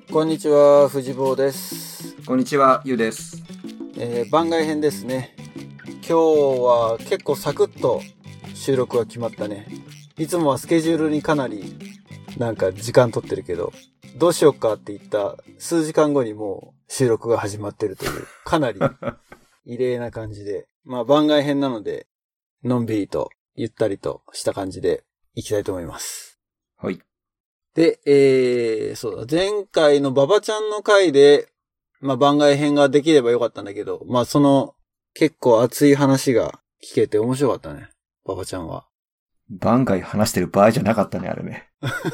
こんにちは、藤坊です。 こんにちは、ゆうです。 番外編ですね。今日は結構サクッと収録が決まったね。いつもはスケジュールにかなりなんか時間取ってるけど、どうしようかって言った数時間後にもう収録が始まってるという、かなり異例な感じで、まあ番外編なので、のんびりとゆったりとした感じでいきたいと思います。 はい。 で、そうだ、前回のババちゃんの回で、まあ番外編ができればよかったんだけど、まあその結構熱い話が聞けて面白かったね、ババちゃんは。 番外話してる場合じゃなかったね、あれね。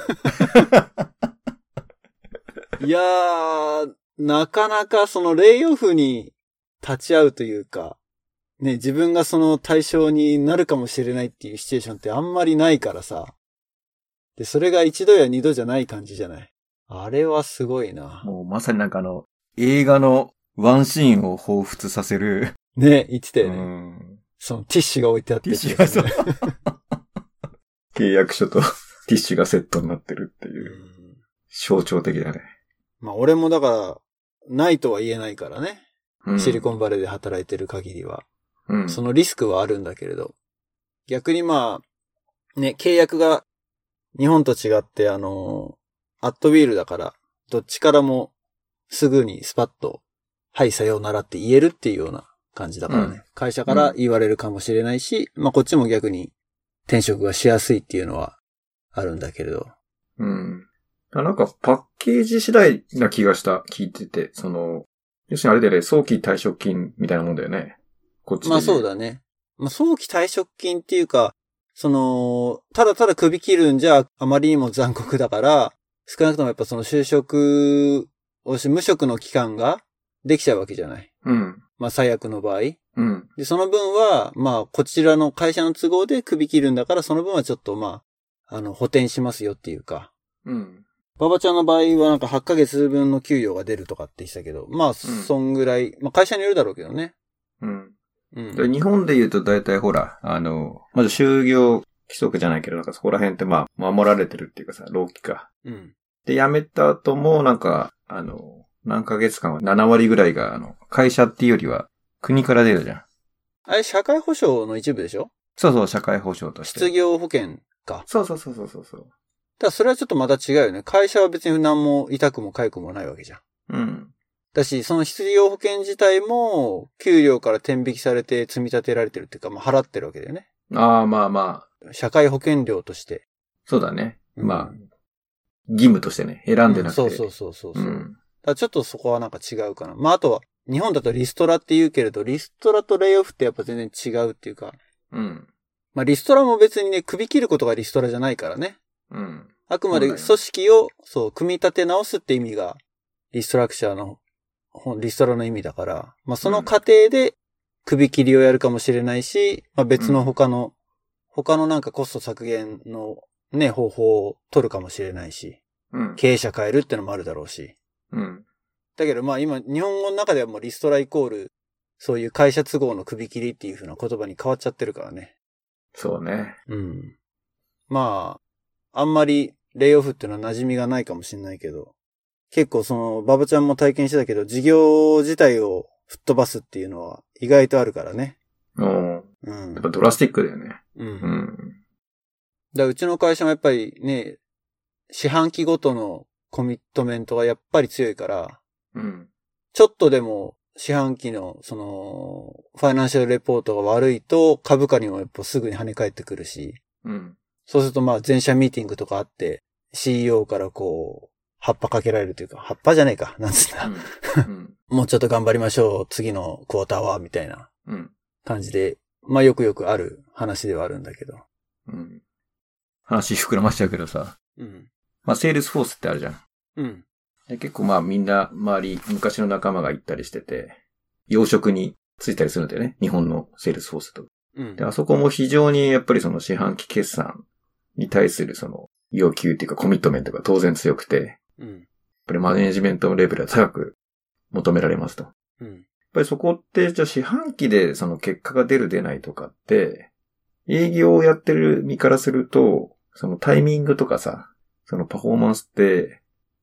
いやー、なかなかそのレイオフに立ち会うというか、ね、自分がその対象になるかもしれないっていうシチュエーションってあんまりないからさ。で、それが一度や二度じゃない感じじゃない。あれはすごいな。 もうまさになんか映画のワンシーンを彷彿させる。 ね、言ってたよね。そのティッシュが置いてあって、 ティッシュがそう。契約書とティッシュがセットになってるっていう。象徴的だね。 まあ俺もだから、ないとは言えないからね。シリコンバレーで働いてる限りは。そのリスクはあるんだけれど。逆にまあ、ね、契約が日本と違って、アットウィールだから、どっちからもすぐにスパッと、はい、さようならって言えるっていうような感じだからね。会社から言われるかもしれないし、まあこっちも逆に転職がしやすいっていうのはあるんだけれど。 なんかパッケージ次第な気がした、聞いてて、要するにあれでね、早期退職金みたいなもんだよね。こっちで。 まあそうだね。まあ早期退職金っていうか、ただただ首切るんじゃあまりにも残酷だから、少なくともやっぱその就職をし、無職の期間ができちゃうわけじゃない。まあ最悪の場合。で、その分は、まあこちらの会社の都合で首切るんだから、その分はちょっとまあ、補填しますよっていうか。ババちゃんの場合はなんか8ヶ月分の給与が出るとかって言ってたけど、まあそんぐらい、まあ会社によるだろうけどね。 日本で言うと大体ほら、まず就業規則じゃないけど、なんかそこら辺ってまあ、守られてるっていうかさ、労基か。で、辞めた後もなんか、何ヶ月間は7割ぐらいが、会社っていうよりは国から出るじゃん。 あれ、社会保障の一部でしょ？ そうそう、社会保障として。 失業保険か。 そう。 ただそれはちょっとまた違うよね。会社は別に何も痛くも痒くもないわけじゃん。だし、その失業保険自体も、給料から転引きされて積み立てられてるっていうか、まあ払ってるわけだよね。 まあ。 社会保険料として。 そうだね。まあ、義務としてね、選んでなくて。 そう。だからちょっとそこはなんか違うかな。まああとは、日本だとリストラって言うけれど、リストラとレイオフってやっぱ全然違うっていうか。まあリストラも別にね、首切ることがリストラじゃないからね。あくまで組織を、組み立て直すって意味が、リストラクチャーの、リストラの意味だから、まあその過程で首切りをやるかもしれないし、まあ別の他のなんかコスト削減のね、方法を取るかもしれないし、経営者変えるってのもあるだろうし。だけどまあ今、日本語の中ではもうリストライコール、そういう会社都合の首切りっていう風な言葉に変わっちゃってるからね。 そうね。 まあ、あんまりレイオフっていうのは馴染みがないかもしれないけど、結構ババちゃんも体験してたけど、事業自体を吹っ飛ばすっていうのは意外とあるからね。 やっぱドラスティックだよね。 うちの会社もやっぱりね、四半期ごとのコミットメントがやっぱり強いから、ちょっとでも四半期のファイナンシャルレポートが悪いと株価にもやっぱすぐに跳ね返ってくるし、そうするとまあ全社ミーティングとかあって、CEO からこう、葉っぱかけられるというか、葉っぱじゃねえか、なんつった。もうちょっと頑張りましょう、次のクォーターは、みたいな感じで、まあよくある話ではあるんだけど。 話膨らましちゃうけどさ。まあセールスフォースってあるじゃん。で結構まあみんな周り、昔の仲間が行ったりしてて、養殖についたりするんだよね。日本のセールスフォースと。で、あそこも非常にやっぱり四半期決算に対する要求っていうかコミットメントが当然強くて、やっぱりマネージメントのレベルは高く求められますと。やっぱりそこって、じゃあ四半期で結果が出る出ないとかって、営業をやってる身からすると、タイミングとかさ、パフォーマンスって、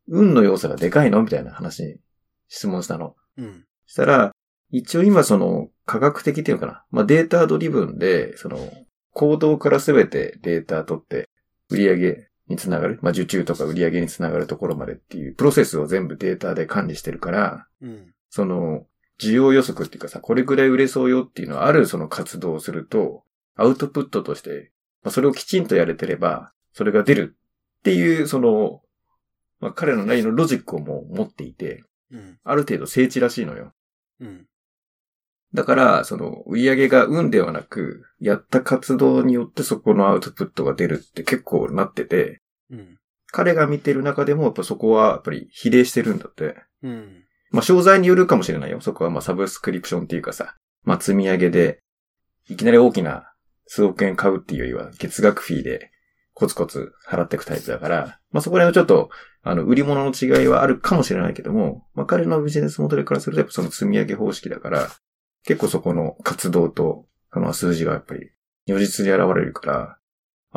運の要素がでかいのみたいな話に質問したの。したら、一応今科学的っていうのかな。まあ、データドリブンで、行動からすべてデータ取って、売上につながる。まあ、受注とか売上につながるところまでっていうプロセスを全部データで管理してるから、需要予測っていうかさ、これくらい売れそうよっていうのはある活動をすると、アウトプットとして、まあ、それをきちんとやれてれば、それが出るっていう、まあ、彼のなりのロジックをもう持っていて、ある程度精緻らしいのよ。だから、売り上げが運ではなく、やった活動によってそこのアウトプットが出るって結構なってて、彼が見てる中でもやっぱそこはやっぱり比例してるんだって。まあ、商材によるかもしれないよ。そこはまあサブスクリプションっていうかさ、まあ積み上げで、いきなり大きな数億円買うっていうよりは月額フィーでコツコツ払っていくタイプだから、まあそこら辺のちょっと、売り物の違いはあるかもしれないけども、まあ彼のビジネスモデルからするとやっぱ積み上げ方式だから、結構そこの活動と、数字がやっぱり如実に現れるから、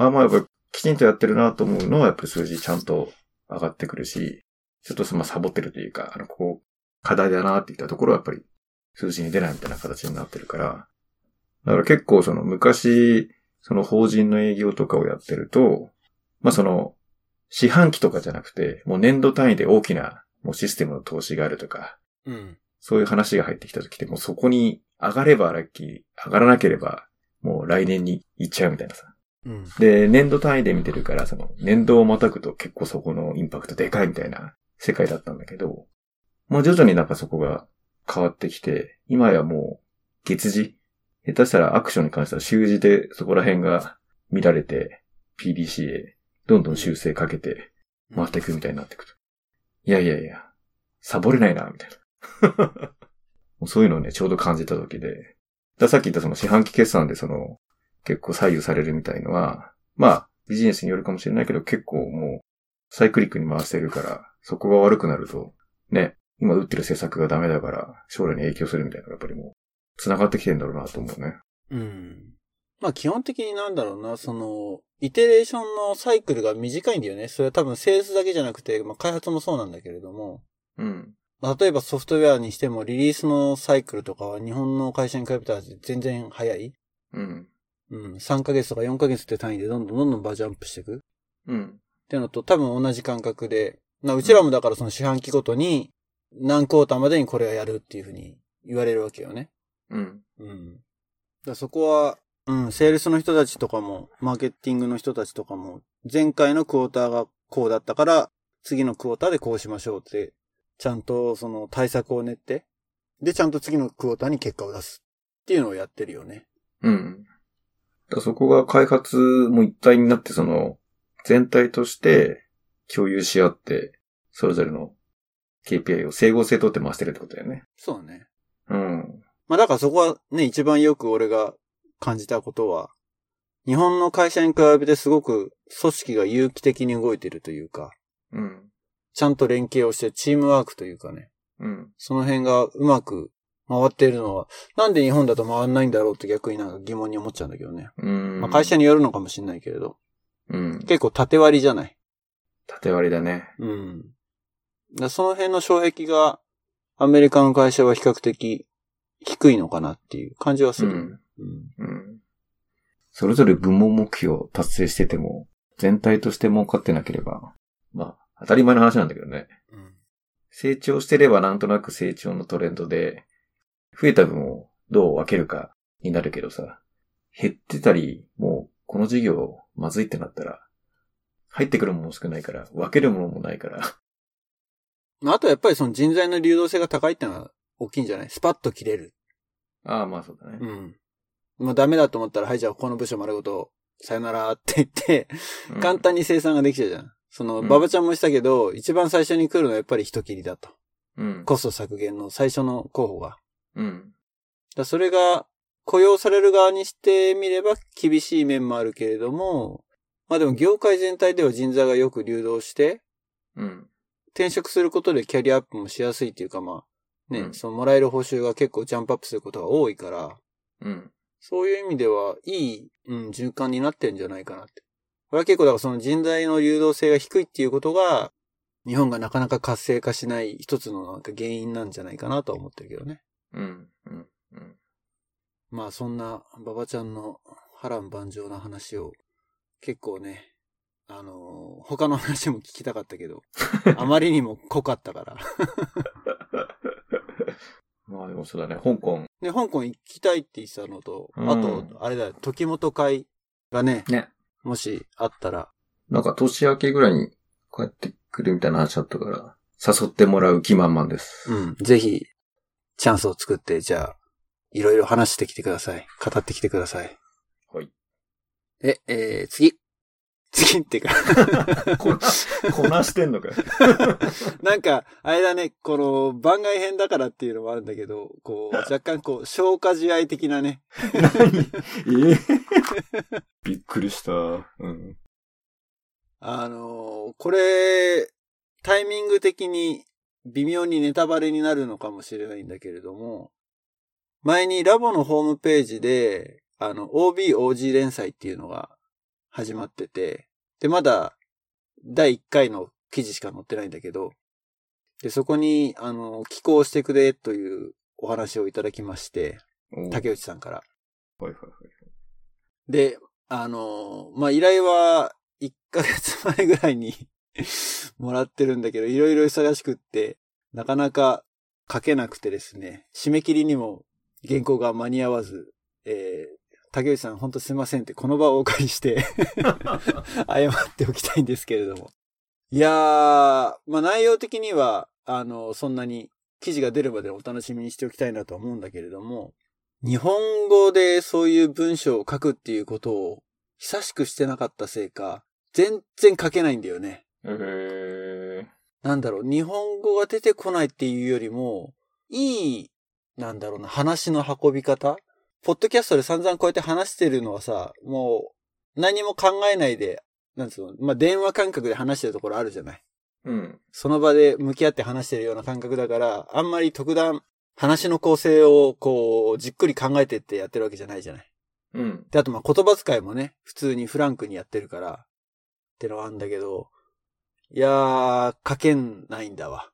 まあやっぱりきちんとやってるなと思うのはやっぱり数字ちゃんと上がってくるし、ちょっとまあサボってるというか、課題だなっていったところはやっぱり数字に出ないみたいな形になってるから、だから結構昔、法人の営業とかをやってると、まあ四半期とかじゃなくて、もう年度単位で大きなもうシステムの投資があるとか、そういう話が入ってきた時ってもうそこに上がればラッキー、上がらなければもう来年に行っちゃうみたいなさ。で、年度単位で見てるから、年度をまたぐと結構そこのインパクトでかいみたいな世界だったんだけど、もう徐々になんかそこが変わってきて、今やもう月次、下手したらアクションに関しては週次でそこら辺が見られて、PDC へどんどん修正かけて回っていくみたいになっていくと。いや、サボれないな、みたいな。もうそういうのをね、ちょうど感じた時で。さっき言った四半期決算で結構左右されるみたいのは、まあ、ビジネスによるかもしれないけど、結構もう、サイクリックに回してるから、そこが悪くなると、ね、今打ってる施策がダメだから、将来に影響するみたいなのがやっぱりもう、繋がってきてるんだろうなと思うね。 まあ基本的にイテレーションのサイクルが短いんだよね。それは多分セールスだけじゃなくて、まあ開発もそうなんだけれども。例えばソフトウェアにしてもリリースのサイクルとかは日本の会社に比べたら全然早い。3ヶ月とか4ヶ月って単位でどんどんバージョンアップしていく。っていうのと多分同じ感覚で、うちらもだから四半期ごとに何クォーターまでにこれをやるっていうふうに言われるわけよね。だそこは、セールスの人たちとかも、マーケティングの人たちとかも、前回のクォーターがこうだったから、次のクォーターでこうしましょうって、ちゃんと対策を練って、で、ちゃんと次のクォーターに結果を出すっていうのをやってるよね。 そこが開発も一体になって全体として共有し合って、それぞれの KPI を整合性とって回してるってことだよね。 そうね。まあだからそこはね、一番よく俺が感じたことは、日本の会社に比べてすごく組織が有機的に動いてるというか、ちゃんと連携をしてチームワークというかね、その辺がうまく回っているのは、なんで日本だと回んないんだろうって逆になんか疑問に思っちゃうんだけどね。まあ会社によるのかもしれないけれど、結構縦割りじゃない。 縦割りだね。 その辺の障壁がアメリカの会社は比較的低いのかなっていう感じはする。 それぞれ部門目標を達成してても、全体として儲かってなければ、まあ、当たり前の話なんだけどね。成長してればなんとなく成長のトレンドで、増えた分をどう分けるかになるけどさ、減ってたり、もうこの事業まずいってなったら、入ってくるものも少ないから、分けるものもないから。 あとやっぱり人材の流動性が高いってのは大きいんじゃない？スパッと切れる。 まあそうだね。 もうダメだと思ったら、はい、じゃあこの部署丸ごと、さよならって言って、簡単に生産ができちゃうじゃん。馬場ちゃんもしたけど、一番最初に来るのはやっぱり人切りだと。コスト削減の最初の候補が。それが、雇用される側にしてみれば厳しい面もあるけれども、まあでも業界全体では人材がよく流動して、転職することでキャリアアップもしやすいっていうかまあ、ね、もらえる報酬が結構ジャンプアップすることが多いから、そういう意味では、いい、循環になってるんじゃないかなって。これは結構だから人材の流動性が低いっていうことが、 日本がなかなか活性化しない一つのなんか原因なんじゃないかなとは思ってるけどね。 うん、うん、うん。 まあそんな馬場ちゃんの波乱万丈な話を結構ね、他の話も聞きたかったけど、あまりにも濃かったから。 まあでもそうだね、香港。 ね、香港行きたいって言ってたのと、あと、あれだよ、時元会がね、もしあったら。 なんか年明けぐらいに帰ってくるみたいな話だったから、誘ってもらう気満々です。 うん、ぜひ、チャンスを作って、じゃあ、いろいろ話してきてください。語ってきてください。 はい。 次ってかこなしてんのかよ。 なんか、あれだね、この番外編だからっていうのもあるんだけど、こう、若干こう、消化試合的なね。 何びっくりした。うん。 これ、タイミング的に微妙にネタバレになるのかもしれないんだけれども、前にラボのホームページで、OB/OG 連載っていうのが始まってて、で、まだ第1回の記事しか載ってないんだけど、で、そこに、寄稿してくれというお話をいただきまして、竹内さんから。 はいはいはい。 で、まあ、依頼は1ヶ月前ぐらいにもらってるんだけど、いろいろ忙しくって、なかなか書けなくてですね、締め切りにも原稿が間に合わず、竹内さん本当すいませんってこの場をお借りして謝っておきたいんですけれども。いやー、まあ内容的には、そんなに記事が出るまでお楽しみにしておきたいなと思うんだけれども、日本語でそういう文章を書くっていうことを久しくしてなかったせいか、全然書けないんだよね。なんだろう、日本語が出てこないっていうよりも、いい、なんだろうな、話の運び方？ポッドキャストで散々こうやって話してるのはさ、もう何も考えないで、なんつうの、まあ、電話感覚で話してるところあるじゃない。 うん。 その場で向き合って話してるような感覚だから、あんまり特段話の構成をこう、じっくり考えてってやってるわけじゃないじゃない。 うん。 で、あとまあ言葉遣いもね、普通にフランクにやってるから、ってのはあるんだけど、いやー、書けないんだわ。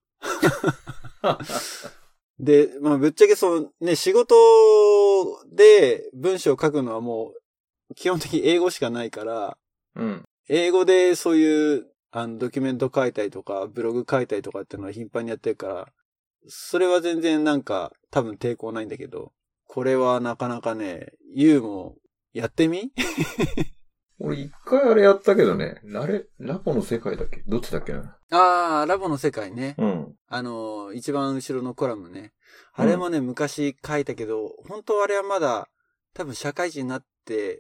で、まあぶっちゃけ仕事で文章を書くのはもう基本的に英語しかないから、 うん。 英語でそういうドキュメント書いたりとか、ブログ書いたりとかっていうのは頻繁にやってるから、それは全然なんか多分抵抗ないんだけど、これはなかなかね、ユウもやってみ俺一回あれやったけどね、ラボの世界だっけ？どっちだっけな？ ラボの世界ね。 うん。 一番後ろのコラムね。あれもね、昔書いたけど、本当あれはまだ、多分社会人になって、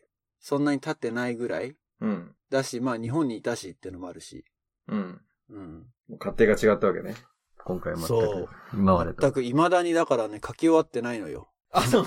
そんなに経ってないぐらい。 うん。 だし、まあ日本にいたしってのもあるし。 うん。 うん。 勝手が違ったわけね。今回は全く。そう。今までと。 全く未だにだからね、書き終わってないのよ。 あ、そう。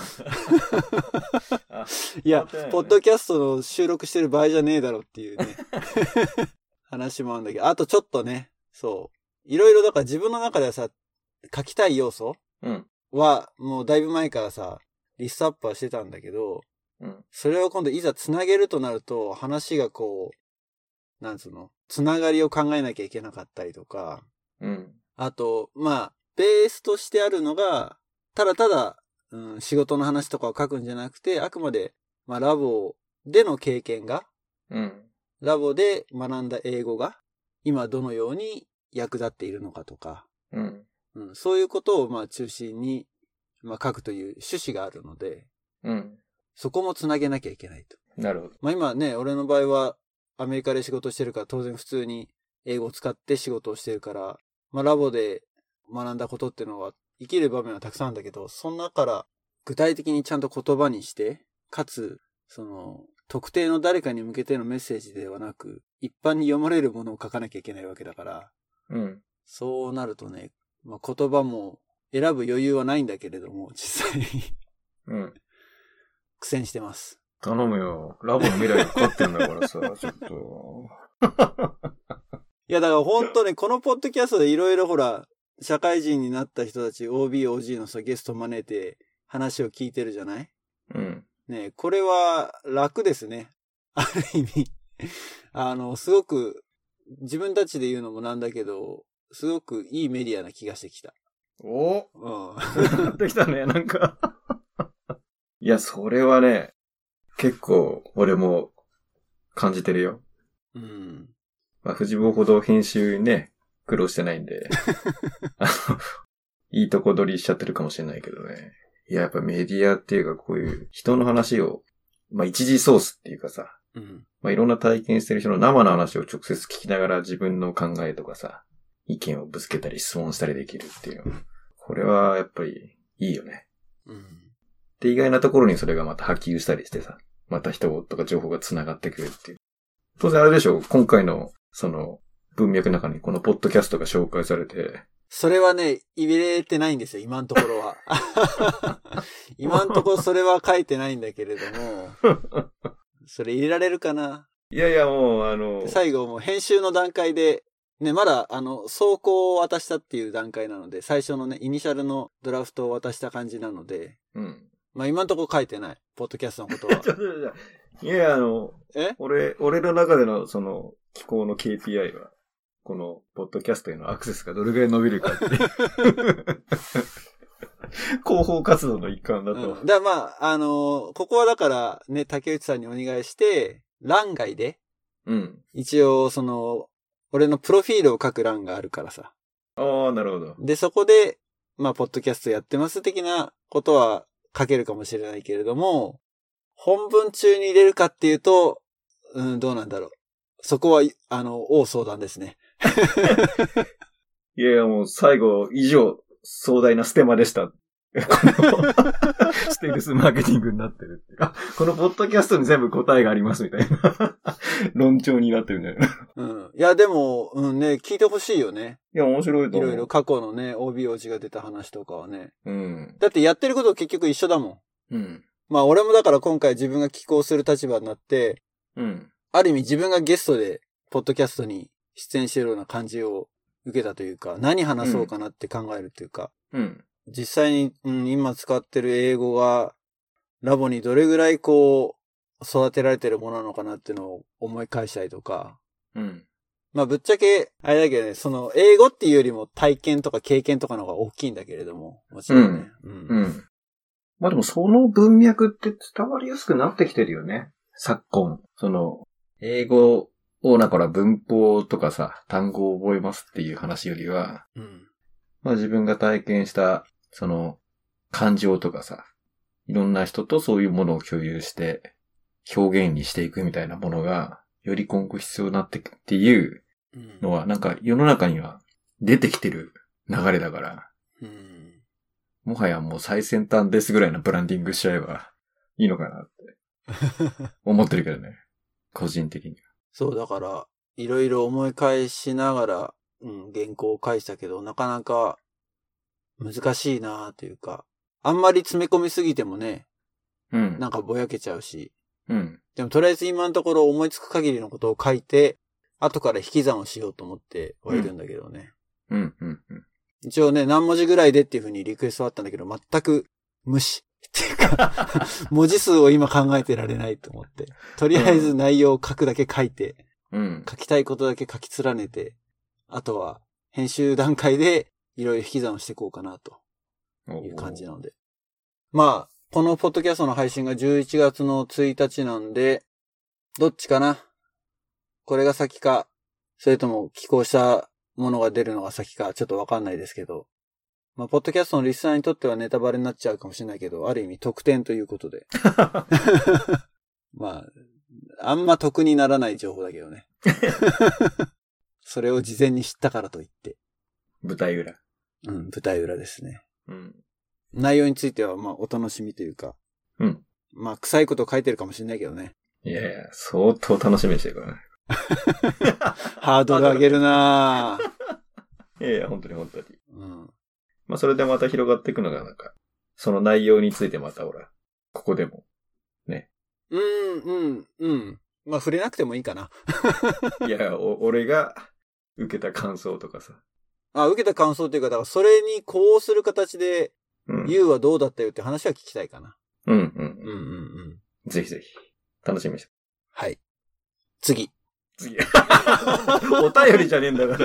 いや、ポッドキャストの収録してる場合じゃねえだろっていうね。話もあるんだけど、あとちょっとね、そう。いろいろだから自分の中ではさ、書きたい要素は、もうだいぶ前からさ、リストアップはしてたんだけど、 うん、 それを今度いざつなげるとなると、話がこう、なんつうの、つながりを考えなきゃいけなかったりとか、 うん、 あと、まあ、ベースとしてあるのが、ただただ、仕事の話とかを書くんじゃなくて、あくまで、まあ、ラボでの経験が、 うん、 ラボで学んだ英語が、今どのように役立っているのかとか、 うんうん、そういうことをまあ中心に、まあ、書くという趣旨があるので、 うん、 そこもつなげなきゃいけないと。 なるほど。 まあ今ね、俺の場合はアメリカで仕事してるから当然普通に英語を使って仕事をしてるから、まあラボで学んだことっていうのは生きる場面はたくさんあるんだけど、その中から具体的にちゃんと言葉にして、かつ、特定の誰かに向けてのメッセージではなく、一般に読まれるものを書かなきゃいけないわけだから、 うん。 そうなるとね、まあ、言葉も選ぶ余裕はないんだけれども、実際にうん。 苦戦してます。 頼むよ。ラボの未来がかかってんだからさ、ちょっと。 いや、だから本当ね、このポッドキャストでいろいろほら、社会人になった人たち、OB、OG のさ、ゲスト招いて話を聞いてるじゃない？ うん。 ね、これは楽ですね。ある意味。すごく、自分たちで言うのもなんだけど、 すごくいいメディアな気がしてきた。 おうん。なってきたね、なんか。いや、それはね、結構、俺も感じてるよ。うん。まあ、藤坊ほど編集ね、苦労してないんで、いいとこ取りしちゃってるかもしれないけどね。いや、やっぱメディアっていうかこういう人の話を、まあ一時ソースっていうかさ、うん、まあいろんな体験してる人の生の話を直接聞きながら自分の考えとかさ、意見をぶつけたり質問したりできるっていうの。これはやっぱりいいよね。うん。で、意外なところにそれがまた波及したりしてさ、また人とか情報が繋がってくるっていう。当然あれでしょ、今回のその文脈の中にこのポッドキャストが紹介されて、 それはね、入れてないんですよ、今のところは。今のところそれは書いてないんだけれども、それ入れられるかな？ いやいや、もう最後もう編集の段階で、ね、まだ草稿を渡したっていう段階なので、最初のね、イニシャルのドラフトを渡した感じなので、うん。まあ今のところ書いてない、ポッドキャストのことは。 いや、俺の中でのその、機構の KPI は、この、ポッドキャストへのアクセスがどれぐらい伸びるかっていう。広報活動の一環だと。 うん、だまあ、ここはだからね、竹内さんにお願いして、欄外で、うん。一応、俺のプロフィールを書く欄があるからさ。 ああ、なるほど。 で、そこで、まあ、ポッドキャストやってます的なことは書けるかもしれないけれども、本文中に入れるかっていうと、どうなんだろう。そこは、大相談ですね。 いやいや、もう最後、以上、壮大なステマでした。ステルスマーケティングになってるっていうか、このポッドキャストに全部答えがありますみたいな論調になってるんだよね。 うん。いや、でも、ね、聞いてほしいよね。 いや、面白いと思う。 いろいろ過去のね、OBOG が出た話とかはね。うん。だってやってること結局一緒だもん。うん。まあ、俺もだから今回自分が寄稿する立場になって、うん。ある意味自分がゲストで、ポッドキャストに出演してるような感じを受けたというか、何話そうかなって考えるというか、うん。実際に、今使ってる英語が、ラボにどれぐらい育てられてるものなのかなっていうのを思い返したりとか、うん。まあぶっちゃけ、あれだけどね、英語っていうよりも体験とか経験とかの方が大きいんだけれども、もちろんね。うん。うん。 まあでもその文脈って伝わりやすくなってきてるよね。昨今。英語をだから文法とかさ、単語を覚えますっていう話よりは、うん。まあ自分が体験した、感情とかさ、いろんな人とそういうものを共有して、表現にしていくみたいなものが、より今後必要になっていくっていうのは、なんか世の中には出てきてる流れだから、うん、もはやもう最先端ですぐらいのブランディングしちゃえばいいのかなって思ってるけどね。個人的には。 そう、だから、いろいろ思い返しながら、原稿を返したけど、なかなか難しいなというか、あんまり詰め込みすぎてもね、うん。なんかぼやけちゃうし、うん。でもとりあえず今のところ思いつく限りのことを書いて、後から引き算をしようと思ってはいるんだけどね。うん、うん、うん。一応ね、何文字ぐらいでっていう風にリクエストあったんだけど、全く無視っていうか、文字数を今考えてられないと思って。とりあえず内容を書くだけ書いて、うん。書きたいことだけ書き連ねて、あとは編集段階でいろいろ引き算をしていこうかなという感じなので。まあ、このポッドキャストの配信が11月の1日なんで、どっちかな？これが先か、それとも寄稿したものが出るのが先か、ちょっとわかんないですけど。まあ、ポッドキャストのリスナーにとってはネタバレになっちゃうかもしれないけど、ある意味特典ということで。まあ、あんま得にならない情報だけどね。それを事前に知ったからといって。 舞台裏。 うん、舞台裏ですね。うん。内容については、まあ、お楽しみというか。うん。まあ、臭いこと書いてるかもしれないけどね。 いやいや、相当楽しみにしてるからね。 ハードル上げるなぁ。いやいや、本当に本当に。うん。まあ、それでまた広がっていくのが、なんか、その内容についてまた、ほら、ここでも、ね。 うん。まあ、触れなくてもいいかな。 いや、俺が受けた感想とかさ。 あ、受けた感想っていうか、だからそれにこうする形で、ユウはどうだったよって話は聞きたいかな。うん。 ぜひぜひ。楽しみにして。 はい。次。 次。お便りじゃねえんだから。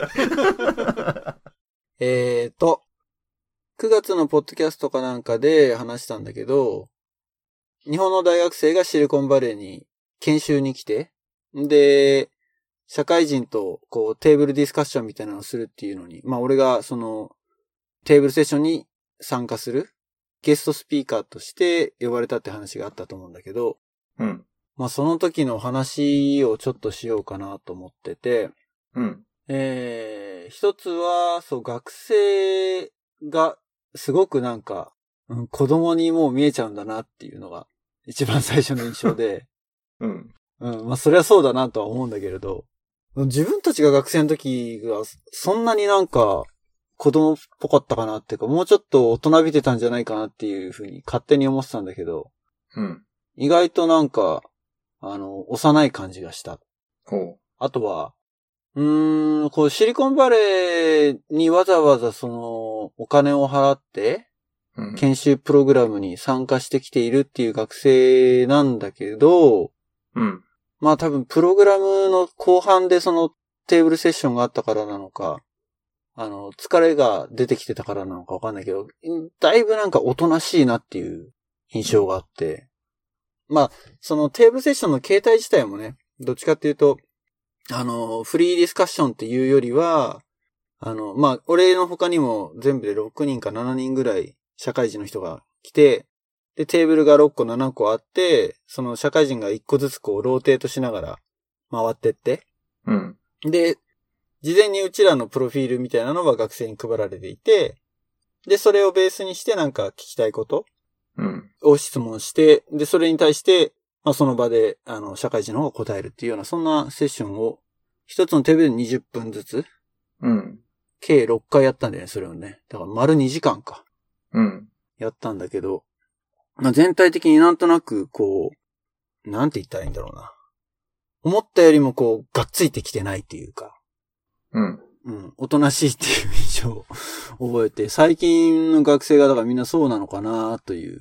9月のポッドキャストかなんかで話したんだけど、日本の大学生がシリコンバレーに研修に来て、で、社会人とこうテーブルディスカッションみたいなのをするっていうのに、まあ俺がそのテーブルセッションに参加するゲストスピーカーとして呼ばれたって話があったと思うんだけど、 うん。 まあその時の話をちょっとしようかなと思ってて、 うん。 一つは、そう、学生がすごくなんか、子供にもう見えちゃうんだなっていうのが一番最初の印象で、 うん。 まあそれはそうだなとは思うんだけれど、自分たちが学生の時がそんなになんか子供っぽかったかなっていうか、もうちょっと大人びてたんじゃないかなっていうふうに勝手に思ってたんだけど、 うん。 意外となんか、幼い感じがした。 ほう。 あとは、こうシリコンバレーにわざわざそのお金を払って、研修プログラムに参加してきているっていう学生なんだけど、 うん。 まあ多分プログラムの後半でそのテーブルセッションがあったからなのか、疲れが出てきてたからなのかわかんないけど、だいぶなんかおとなしいなっていう印象があって、まあ、そのテーブルセッションの形態自体もね、どっちかっていうと、フリーディスカッションっていうよりは、まあ、俺の他にも全部で6人か7人ぐらい社会人の人が来て、で、テーブルが6個7個あって、その社会人が1個ずつこうローテートしながら回ってって、 うん。 で、事前にうちらのプロフィールみたいなのは学生に配られていて、で、それをベースにしてなんか聞きたいことを質問して、で、それに対して、まあ、その場で、社会人の方が答えるっていうような、そんなセッションを、一つのテーブルで20分ずつ、計6回やったんだよね、それをね。だから丸2時間か。やったんだけど、まあ、全体的になんとなく、こう、なんて言ったらいいんだろうな。思ったよりもこう、がっついてきてないっていうか、おとなしいっていう印象を覚えて、最近の学生がだからみんなそうなのかなという。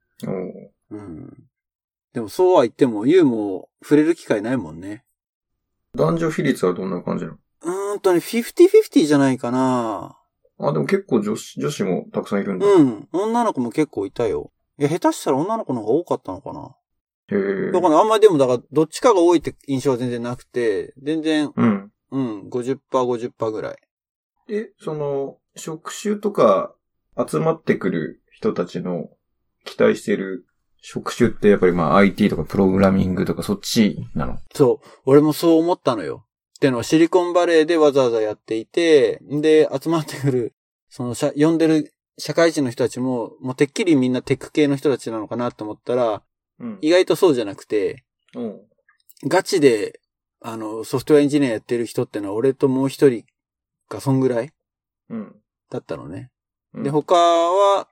でもそうは言っても、ユウも触れる機会ないもんね。 男女比率はどんな感じなの ?50-50じゃないかな。 あ、でも結構女子もたくさんいるんだ。 女の子も結構いたよ。いや、下手したら女の子の方が多かったのかな。 へえ。 だからあんまりでも、だからどっちかが多いって印象は全然なくて、全然、50%、50% ぐらい。 その、職種とか集まってくる人たちの期待してる職種ってやっぱりまあ IT とかプログラミングとかそっちなの？ そう。俺もそう思ったのよ。っていうのはシリコンバレーでわざわざやっていて、で、集まってくる、その呼んでる社会人の人たちも、もうてっきりみんなテック系の人たちなのかなと思ったら、意外とそうじゃなくて、ガチで、ソフトウェアエンジニアやってる人ってのは俺ともう一人かそんぐらいだったのね。で、他は、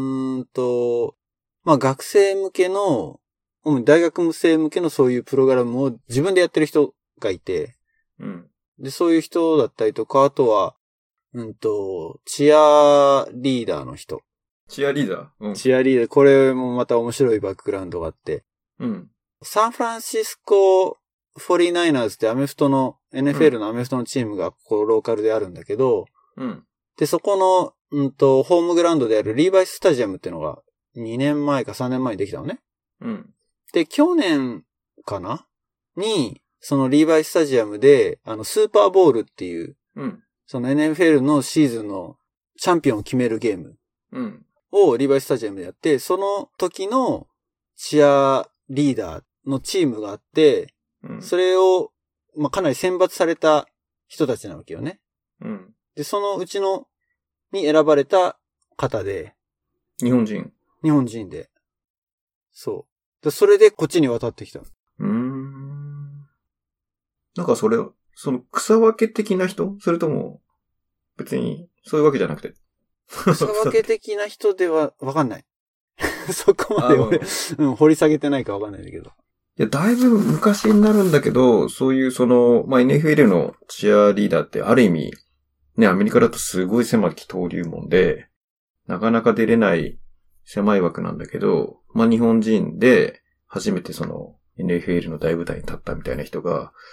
まあ学生向けの、主に大学生向けのそういうプログラムを自分でやってる人がいて、で、そういう人だったりとか、あとは、チアリーダーの人。 チアリーダー？ チアリーダー、これもまた面白いバックグラウンドがあって、サンフランシスコ 49ers ってアメフトの、NFL のアメフトのチームがここローカルであるんだけど、で、そこの、ホームグラウンドであるリーバイススタジアムっていうのが2年前か3年前にできたのね。で、去年かなに、そのリーバイスタジアムで、スーパーボールっていう、その NFL のシーズンのチャンピオンを決めるゲームをリーバイスタジアムでやって、その時のチアリーダーのチームがあって、それを、まあ、かなり選抜された人たちなわけよね。で、そのうちの、に選ばれた方で。 日本人で。そう。で、それでこっちに渡ってきた。 なんかその草分け的な人？それとも、別に、そういうわけじゃなくて。 草分け的な人では、わかんない。そこまで俺、掘り下げてないかわかんないんだけど。 いや、だいぶ昔になるんだけど、そういうまあ、NFL のチアリーダーってある意味、ね、アメリカだとすごい狭き登竜門で、なかなか出れない狭い枠なんだけど、まあ、日本人で初めてNFL の大舞台に立ったみたいな人が、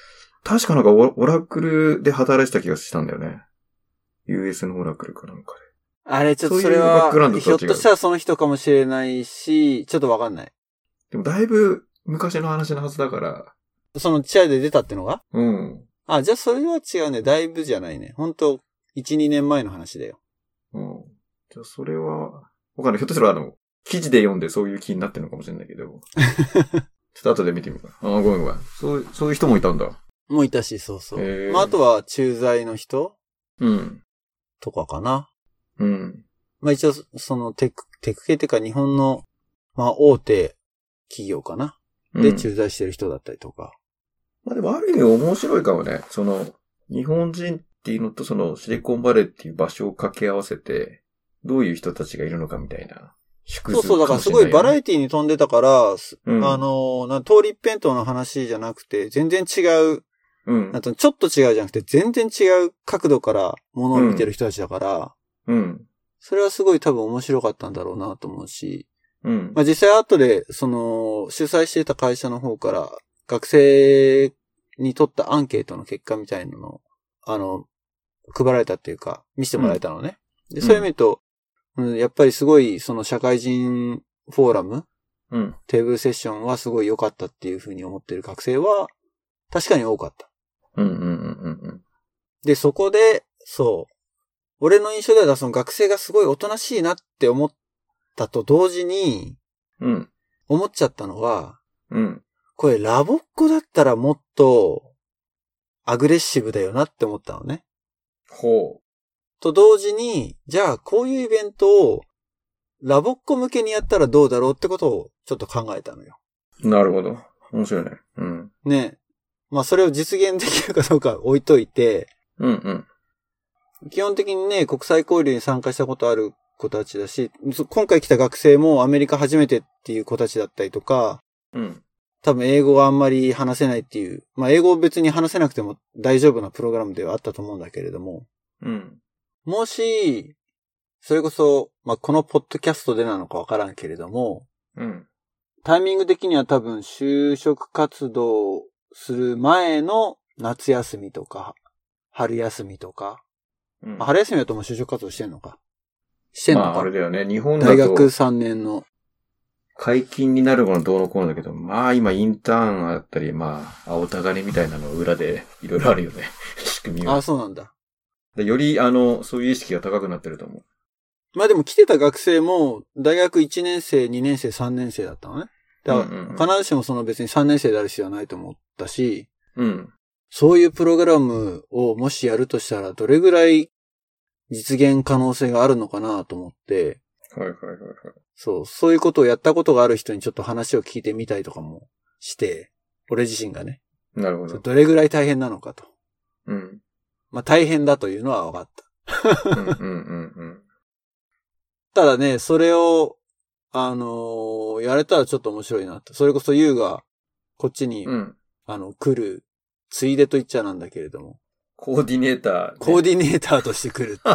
確かなんかオラクルで働いてた気がしたんだよね。US のオラクルかなんかで。 あれ、ちょっとそれは、ひょっとしたらその人かもしれないし、ちょっとわかんない。 でもだいぶ昔の話のはずだから。 そのチアで出たってのが？ うん。 あ、じゃあそれは違うね。だいぶじゃないね。本当1、2年前の話だよ。 うん。じゃあそれは、わかんない。ひょっとしたら記事で読んでそういう気になってるのかもしれないけど。ちょっと後で見てみようか。あ、ごめん。そういう人もいたんだ。 もういたし、そうそう。まあ、あとは駐在の人？ うん。 とかかな。 うん。 まあ一応、そのテク系っていうか日本の、まあ大手企業かな。で駐在してる人だったりとか。 まあでもある意味面白いかもね。日本人っていうのとシリコンバレーっていう場所を掛け合わせて、どういう人たちがいるのかみたいな。 そう、だからすごいバラエティに飛んでたから、通り一辺倒の話じゃなくて、全然違う、ちょっと違うじゃなくて、全然違う角度からものを見てる人たちだから、それはすごい多分面白かったんだろうなと思うし、まあ実際後で、主催していた会社の方から、学生に取ったアンケートの結果みたいなのを、配られたっていうか、見せてもらえたのね。で、そういう意味と、やっぱりすごい、社会人フォーラム、テーブルセッションはすごい良かったっていうふうに思ってる学生は、確かに多かった。で、そこで、俺の印象では学生がすごいおとなしいなって思ったと同時に、思っちゃったのは、これラボっ子だったらもっとアグレッシブだよなって思ったのね。 ほう。 と同時に、じゃあこういうイベントをラボっ子向けにやったらどうだろうってことをちょっと考えたのよ。 なるほど。面白いね。 ね。まあそれを実現できるかどうか置いといて、基本的にね、国際交流に参加したことある子たちだし、今回来た学生もアメリカ初めてっていう子たちだったりとか、多分英語があんまり話せないっていう、まあ英語を別に話せなくても大丈夫なプログラムではあったと思うんだけれども、もし、それこそ、まあこのポッドキャストでなのかわからんけれども、タイミング的には多分就職活動する前の夏休みとか、春休みとか、春休みだともう就職活動してんのか。してんのか。 まああれだよね、日本だと。 大学3年の。 解禁になるものどうのこうのだけど、まあ今インターンあったり、まあ青タガネみたいなの裏でいろいろあるよね。仕組みは。 あ、そうなんだ。 よりそういう意識が高くなってると思う。 まあでも来てた学生も大学1年生、2年生、3年生だったのね。だから必ずしも別に3年生である必要はないと思ったし、そういうプログラムをもしやるとしたらどれぐらい実現可能性があるのかなと思って、そういうことをやったことがある人にちょっと話を聞いてみたりとかもして、俺自身がね。 なるほど。 どれぐらい大変なのかと。まあ大変だというのは分かった。ただね、それを、やれたらちょっと面白いなって。それこそユウがこっちに、来る、ついでと言っちゃなんだけれども。 コーディネーター、ね。 コーディネーターとして来るっていう、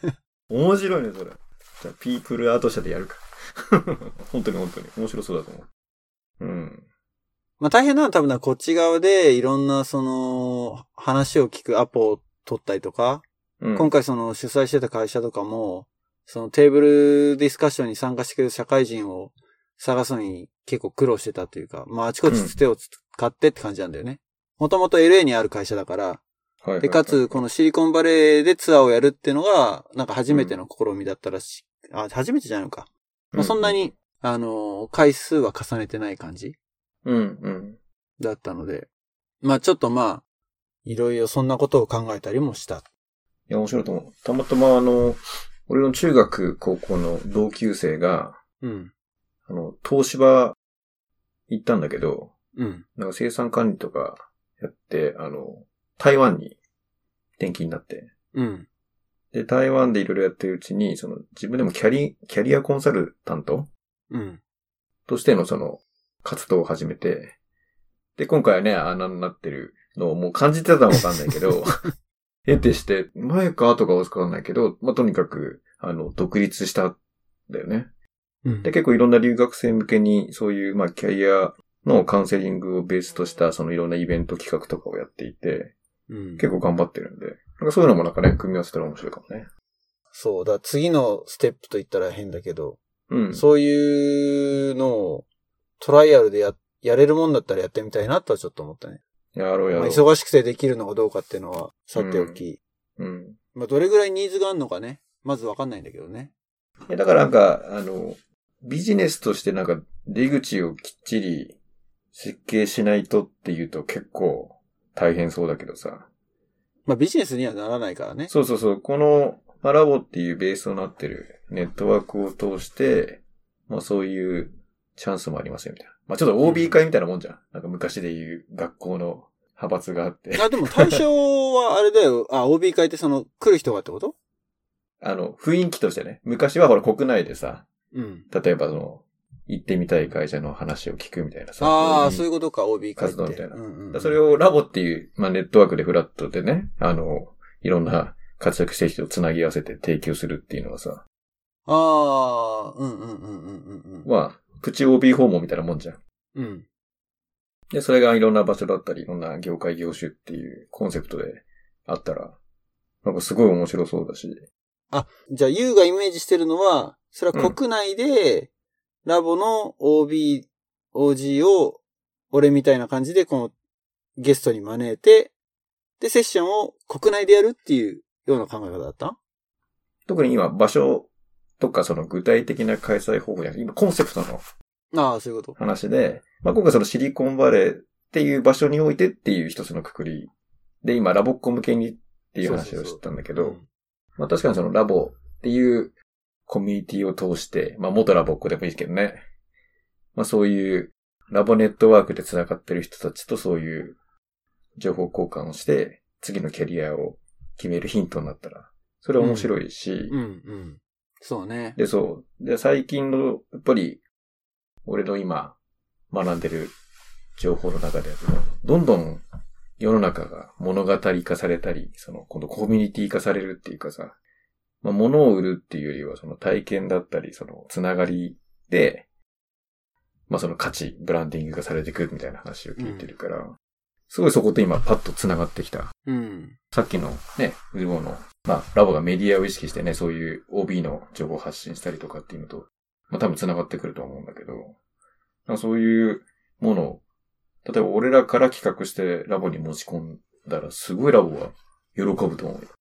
ね。 面白いね、それ。じゃあ、ピープルアート社でやるか。本当に面白そうだと思う。 まあ大変なのは多分こっち側でいろんな話を聞くアポを取ったりとか、今回主催してた会社とかも、テーブルディスカッションに参加してくれる社会人を探すのに結構苦労してたというか、まああちこちつてを使ってって感じなんだよね。もともと LA にある会社だから、で、かつこのシリコンバレーでツアーをやるっていうのが、なんか初めての試みだったらしい。初めてじゃないのか。まあそんなに、回数は重ねてない感じ。だったので、まあちょっといろいろそんなことを考えたりもした。 いや、面白いと思う。たまたま俺の中学、高校の同級生が、東芝行ったんだけど、なんか生産管理とかやって、台湾に転勤になって、で、台湾でいろいろやってるうちに、自分でもキャリアコンサルタントとしての活動を始めて、で、今回はね、あんなになってるのをもう感じてたのかわかんないけど、得てして、前か後かわかんないけど、まあ、とにかく、独立したんだよね。で、結構いろんな留学生向けに、そういう、まあ、キャリアのカウンセリングをベースとしたそのいろんなイベント企画とかをやっていて、結構頑張ってるんで、なんかそういうのもなんかね、組み合わせたら面白いかもね。 そうだ、次のステップと言ったら変だけど、そういうのをトライアルでやれるもんだったらやってみたいなとはちょっと思ったね。 やろう。 忙しくてできるのかどうかっていうのはさておき。どれぐらいニーズがあるのかね、まずわかんないんだけどね。 だからなんか、ビジネスとしてなんか出口をきっちり設計しないとっていうと結構大変そうだけどさ。 ビジネスにはならないからね。 そう。この、ラボっていうベースとなってるネットワークを通して、そういうチャンスもありますよみたいな。ちょっと OB 会みたいなもんじゃん。なんか昔でいう学校の派閥があって。 でも対象はあれだよ。OB 会って来る人がってこと？ 雰囲気としてね。昔はほら国内でさ、例えば行ってみたい会社の話を聞くみたいなさ。そういうことか、OB 会って。 活動みたいな。それをラボっていう、ネットワークでフラットでね、いろんな活躍してる人をつなぎ合わせて提供するっていうのはさ。プチ OB 訪問みたいなもんじゃん。で、それがいろんな場所だったり、いろんな業界業種っていうコンセプトであったら、なんかすごい面白そうだし。 じゃあ YOU がイメージしてるのは、それは国内で、ラボの OB、OG を、俺みたいな感じで、このゲストに招いて、で、セッションを国内でやるっていうような考え方だった？ 特に今、場所とかその具体的な開催方法じゃなくて、今コンセプトのそういうこと。 話で、今回そのシリコンバレーっていう場所においてっていう一つの括りで、今ラボっ子向けにっていう話をしてたんだけど、確かにそのラボっていうコミュニティを通して、元ラボっ子でもいいけどね。そういうラボネットワークで繋がってる人たちとそういう情報交換をして、次のキャリアを決めるヒントになったら、それは面白いし。 そうね。 で、で、最近の、やっぱり、俺の今、学んでる情報の中で、どんどん世の中が物語化されたり、今度コミュニティ化されるっていうかさ、物を売るっていうよりは、体験だったり、つながりで、価値、ブランディングがされてくるみたいな話を聞いてるから、すごいそこと今パッと繋がってきた。さっきのね、ウボの、ラボがメディアを意識してね、そういう OB の情報を発信したりとかっていうのと、多分繋がってくると思うんだけど、そういうものを、例えば俺らから企画してラボに持ち込んだら、すごいラボは喜ぶと思うよ。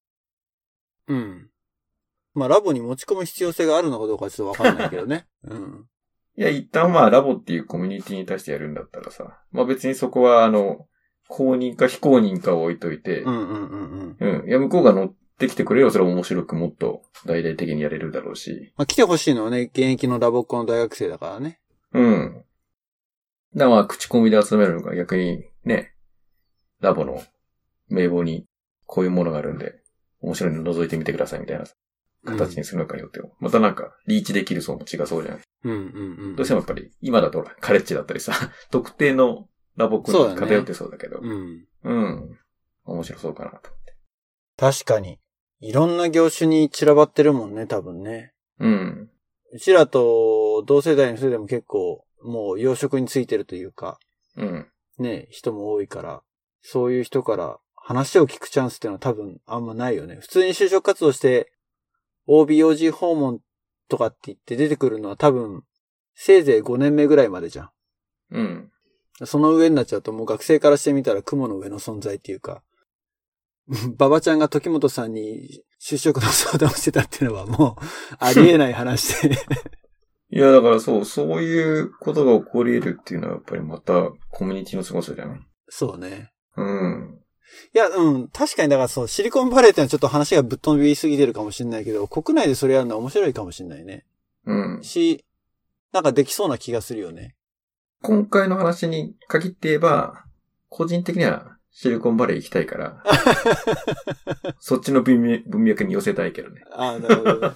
ラボに持ち込む必要性があるのかどうかちょっとわかんないけどね。 いや、一旦ラボっていうコミュニティに対してやるんだったらさ、別にそこは公認か非公認かを置いといて、いや、向こうが乗ってきてくれればそれも面白くもっと大々的にやれるだろうし。 来てほしいのはね、現役のラボっ子の大学生だからね。 だから口コミで集めるのが逆にね、ラボの名簿にこういうものがあるんで、面白いの覗いてみてくださいみたいな形にするのかによっても、またなんかリーチできる層も違そうじゃない。どうしてもやっぱり今だとカレッジだったりさ、特定のラボっ子に偏ってそうだけど、面白そうかなと思って。 確かに。いろんな業種に散らばってるもんね、多分ね。うちらと同世代の人でも結構、もう養殖についてるというか、ね、人も多いから、そういう人から話を聞くチャンスっていうのは多分あんまないよね。普通に就職活動して、OB/OG 訪問とかって言って出てくるのは多分、せいぜい5年目ぐらいまでじゃん。その上になっちゃうともう学生からしてみたら雲の上の存在っていうか、馬場ちゃんが時本さんに就職の相談をしてたっていうのはもうありえない話で。 いや、だからそういうことが起こり得るっていうのはやっぱりまたコミュニティの凄さじゃない？ そうね。いや、確かにだからそう、シリコンバレーってのはちょっと話がぶっ飛びすぎてるかもしれないけど、国内でそれやるのは面白いかもしれないね。なんかできそうな気がするよね。 今回の話に限って言えば、個人的にはシリコンバレー行きたいから、そっちの文脈に寄せたいけどね。 なるほど。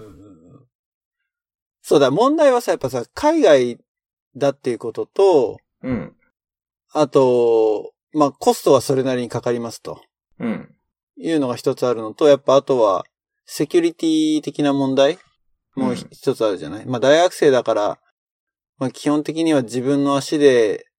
そうだ、問題はさ、やっぱさ、海外だっていうことと、あと、コストはそれなりにかかりますと。いうのが一つあるのと、やっぱあとは、セキュリティ的な問題も一つあるじゃない？大学生だから、基本的には自分の足で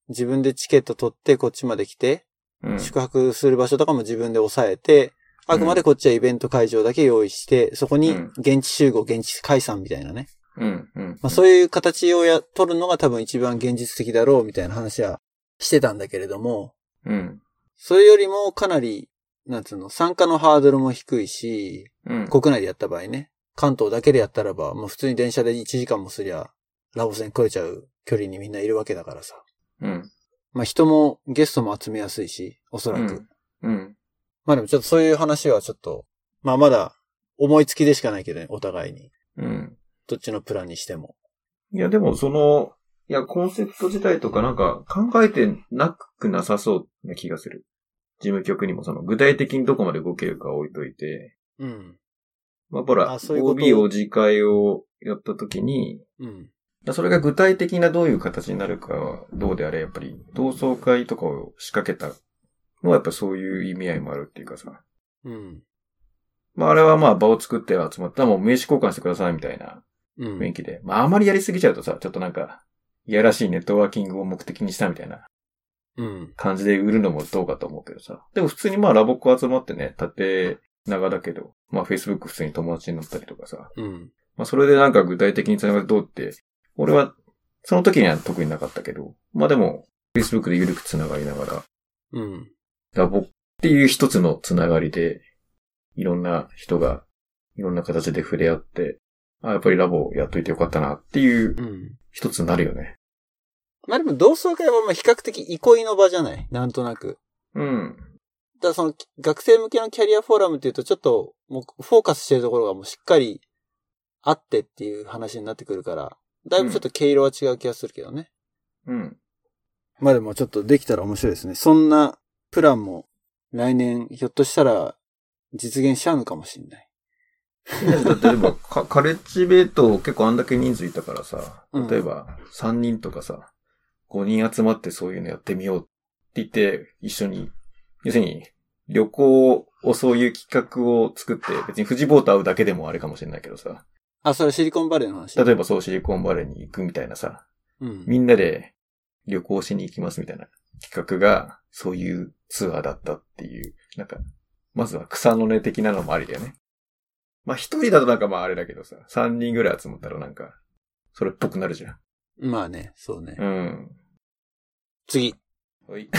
自分でチケット取ってこっちまで来て、宿泊する場所とかも自分で抑えて、あくまでこっちはイベント会場だけ用意して、そこに現地集合、現地解散みたいなね。そういう形を取るのが多分一番現実的だろうみたいな話はしてたんだけれども、それよりもかなり、なんつうの、参加のハードルも低いし、国内でやった場合ね、関東だけでやったらば、もう普通に電車で1時間もすりゃ、ラボ線来れちゃう距離にみんないるわけだからさ。まあ人もゲストも集めやすいし、おそらく。まあでもちょっとそういう話はちょっと、まあまだ思いつきでしかないけどね、お互いに。どっちのプランにしても。 いやでもコンセプト自体とかなんか考えてなくなさそうな気がする。事務局にも具体的にどこまで動けるか置いといて。まあほら、OB お次会をやった時に、それが具体的などういう形になるかはどうであれ、やっぱり同窓会とかを仕掛けたのはやっぱそういう意味合いもあるっていうかさ。まああれはまあ場を作って集まったらもう名刺交換してくださいみたいな雰囲気で。まああまりやりすぎちゃうとさ、ちょっとなんか、いやらしいネットワーキングを目的にしたみたいな感じで売るのもどうかと思うけどさ。でも普通にまあラボっ子集まってね、縦長だけど、まあ Facebook 普通に友達になったりとかさ。まあそれでなんか具体的につながるどうって、俺はその時には特になかったけど、まあでも Facebook で緩くつながりながら、ラボっていう一つのつながりで、いろんな人がいろんな形で触れ合って、やっぱりラボやっといてよかったなっていう一つになるよね。 まあでも同窓会はまあ比較的憩いの場じゃない？なんとなく。だからその学生向けのキャリアフォーラムっていうとちょっともうフォーカスしてるところがもうしっかりあってっていう話になってくるから、だいぶちょっと毛色は違う気がするけどね。まあでもちょっとできたら面白いですね。そんなプランも来年ひょっとしたら実現しちゃうのかもしれない。 例えばカレッジベイト結構あんだけ人数いたからさ、例えば3人とかさ、5人集まってそういうのやってみようって言って一緒に、要するに旅行をそういう企画を作って別に富士ボート会うだけでもあれかもしれないけどさ。 それシリコンバレーの話。 例えばそうシリコンバレーに行くみたいなさ、みんなで旅行しに行きますみたいな企画がそういうツアーだったっていう、なんか、まずは草の根的なのもありだよね。まあ一人だとなんかまああれだけどさ、3人ぐらい集まったらなんか、それっぽくなるじゃん。 まあね、そうね。次。 おい。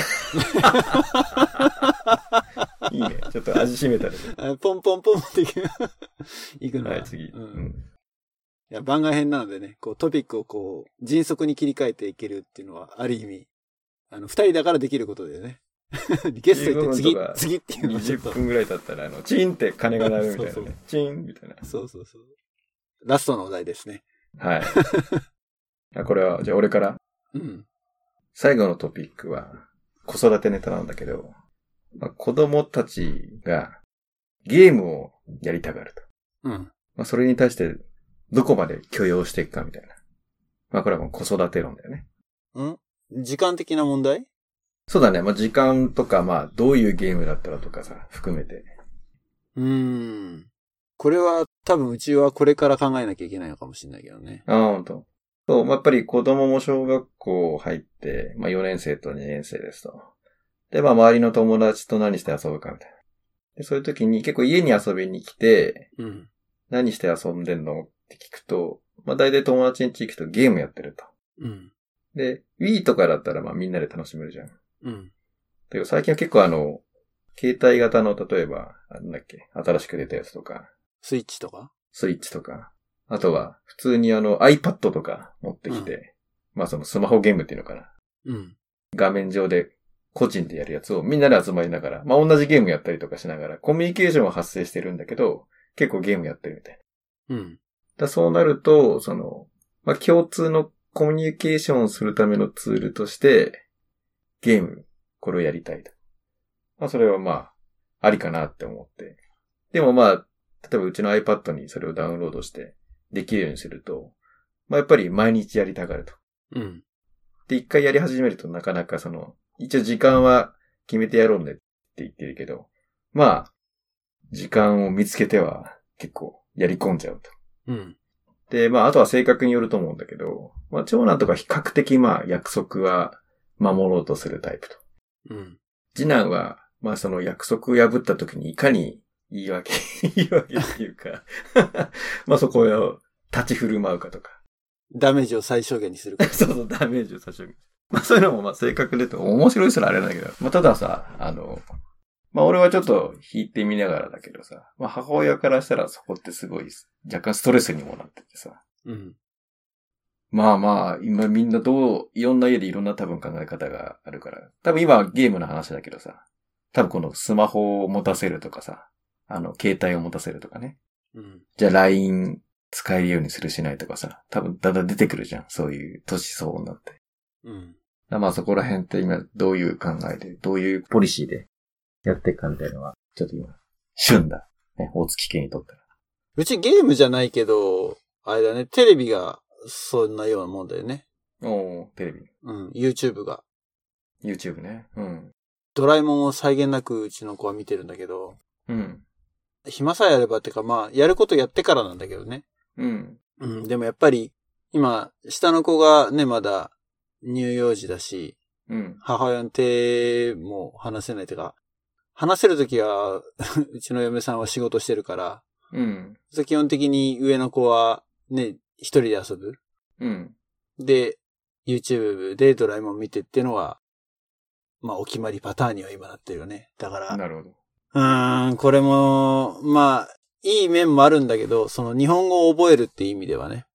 いいね。ちょっと味しめたね。 ポンポンポンっていくのはい、次。 いや、番外編なのでね、こうトピックをこう、迅速に切り替えていけるっていうのは、ある意味、2人だからできることでね。ゲスト行って次っていうのは20分ぐらい経ったら、チーンって鐘が鳴るみたいなね。そうチーンみたいな。 そう。ラストのお題ですね。 はい。これは、じゃあ俺から。最後のトピックは、子育てネタなんだけど、子供たちがゲームをやりたがると。それに対して、どこまで許容していくかみたいな。これはもう子育て論だよね。 時間的な問題？ そうだね。時間とか、どういうゲームだったらとかさ、含めて。 これは多分うちはこれから考えなきゃいけないのかもしれないけどね。 ほんと。そう、やっぱり子供も小学校入って、4年生と2年生ですと。で、周りの友達と何して遊ぶかみたいな。で、そういう時に結構家に遊びに来て、何して遊んでんのって聞くと、大体友達に行くとゲームやってると。で、Wii とかだったらみんなで楽しめるじゃん。だけど最近は結構携帯型の例えば、新しく出たやつとか。 スイッチとか。 あとは、普通にiPad とか持ってきて、そのスマホゲームっていうのかな。画面上で個人でやるやつをみんなで集まりながら、同じゲームやったりとかしながら、コミュニケーションは発生してるんだけど、結構ゲームやってるみたいな。そうなると、共通のコミュニケーションをするためのツールとして、ゲーム、これをやりたいと。それはありかなって思って。でも例えばうちの iPad にそれをダウンロードしてできるようにすると、やっぱり毎日やりたがると。で、一回やり始めるとなかなか一応時間は決めてやろうねって言ってるけど、時間を見つけては結構やり込んじゃうと。で、あとは性格によると思うんだけど、長男とか比較的約束は守ろうとするタイプと。次男は、まあその約束を破った時にいかに言い訳っていうか、まあそこを立ち振る舞うかとか。 ダメージを最小限にするか。 そう、ダメージを最小限。まあそういうのもまあ性格でと面白いすらあれなんだけど、まあたださ、まあ俺はちょっと引いてみながらだけどさ、まあ母親からしたらそこってすごい若干ストレスにもなっててさ。まあまあ、今みんないろんな家でいろんな多分考え方があるから、多分今はゲームの話だけどさ、多分このスマホを持たせるとかさ、携帯を持たせるとかね。じゃあ LINE 使えるようにするしないとかさ、多分だんだん出てくるじゃん。そういう年相応になって。まあそこら辺って今どういう考えで、どういうポリシーでやっていくかみたいなのは、ちょっと今、旬だ。ね、大月家にとったら。 うちゲームじゃないけど、あれだね、テレビがそんなようなもんだよね。 テレビ。 YouTube が。 YouTube ね。 ドラえもんを際限なくうちの子は見てるんだけど。暇さえあればってか、まあ、やることやってからなんだけどね。でもやっぱり、今、下の子がね、まだ乳幼児だし、母親の手も離せないってか、話せるときは、うちの嫁さんは仕事してるから、基本的に上の子はね、一人で遊ぶ。で、YouTube でドラえもん見てっていうのは、まあお決まりパターンには今なってるよね。だから。 なるほど。 これも、まあ、いい面もあるんだけど、その日本語を覚えるっていう意味ではね。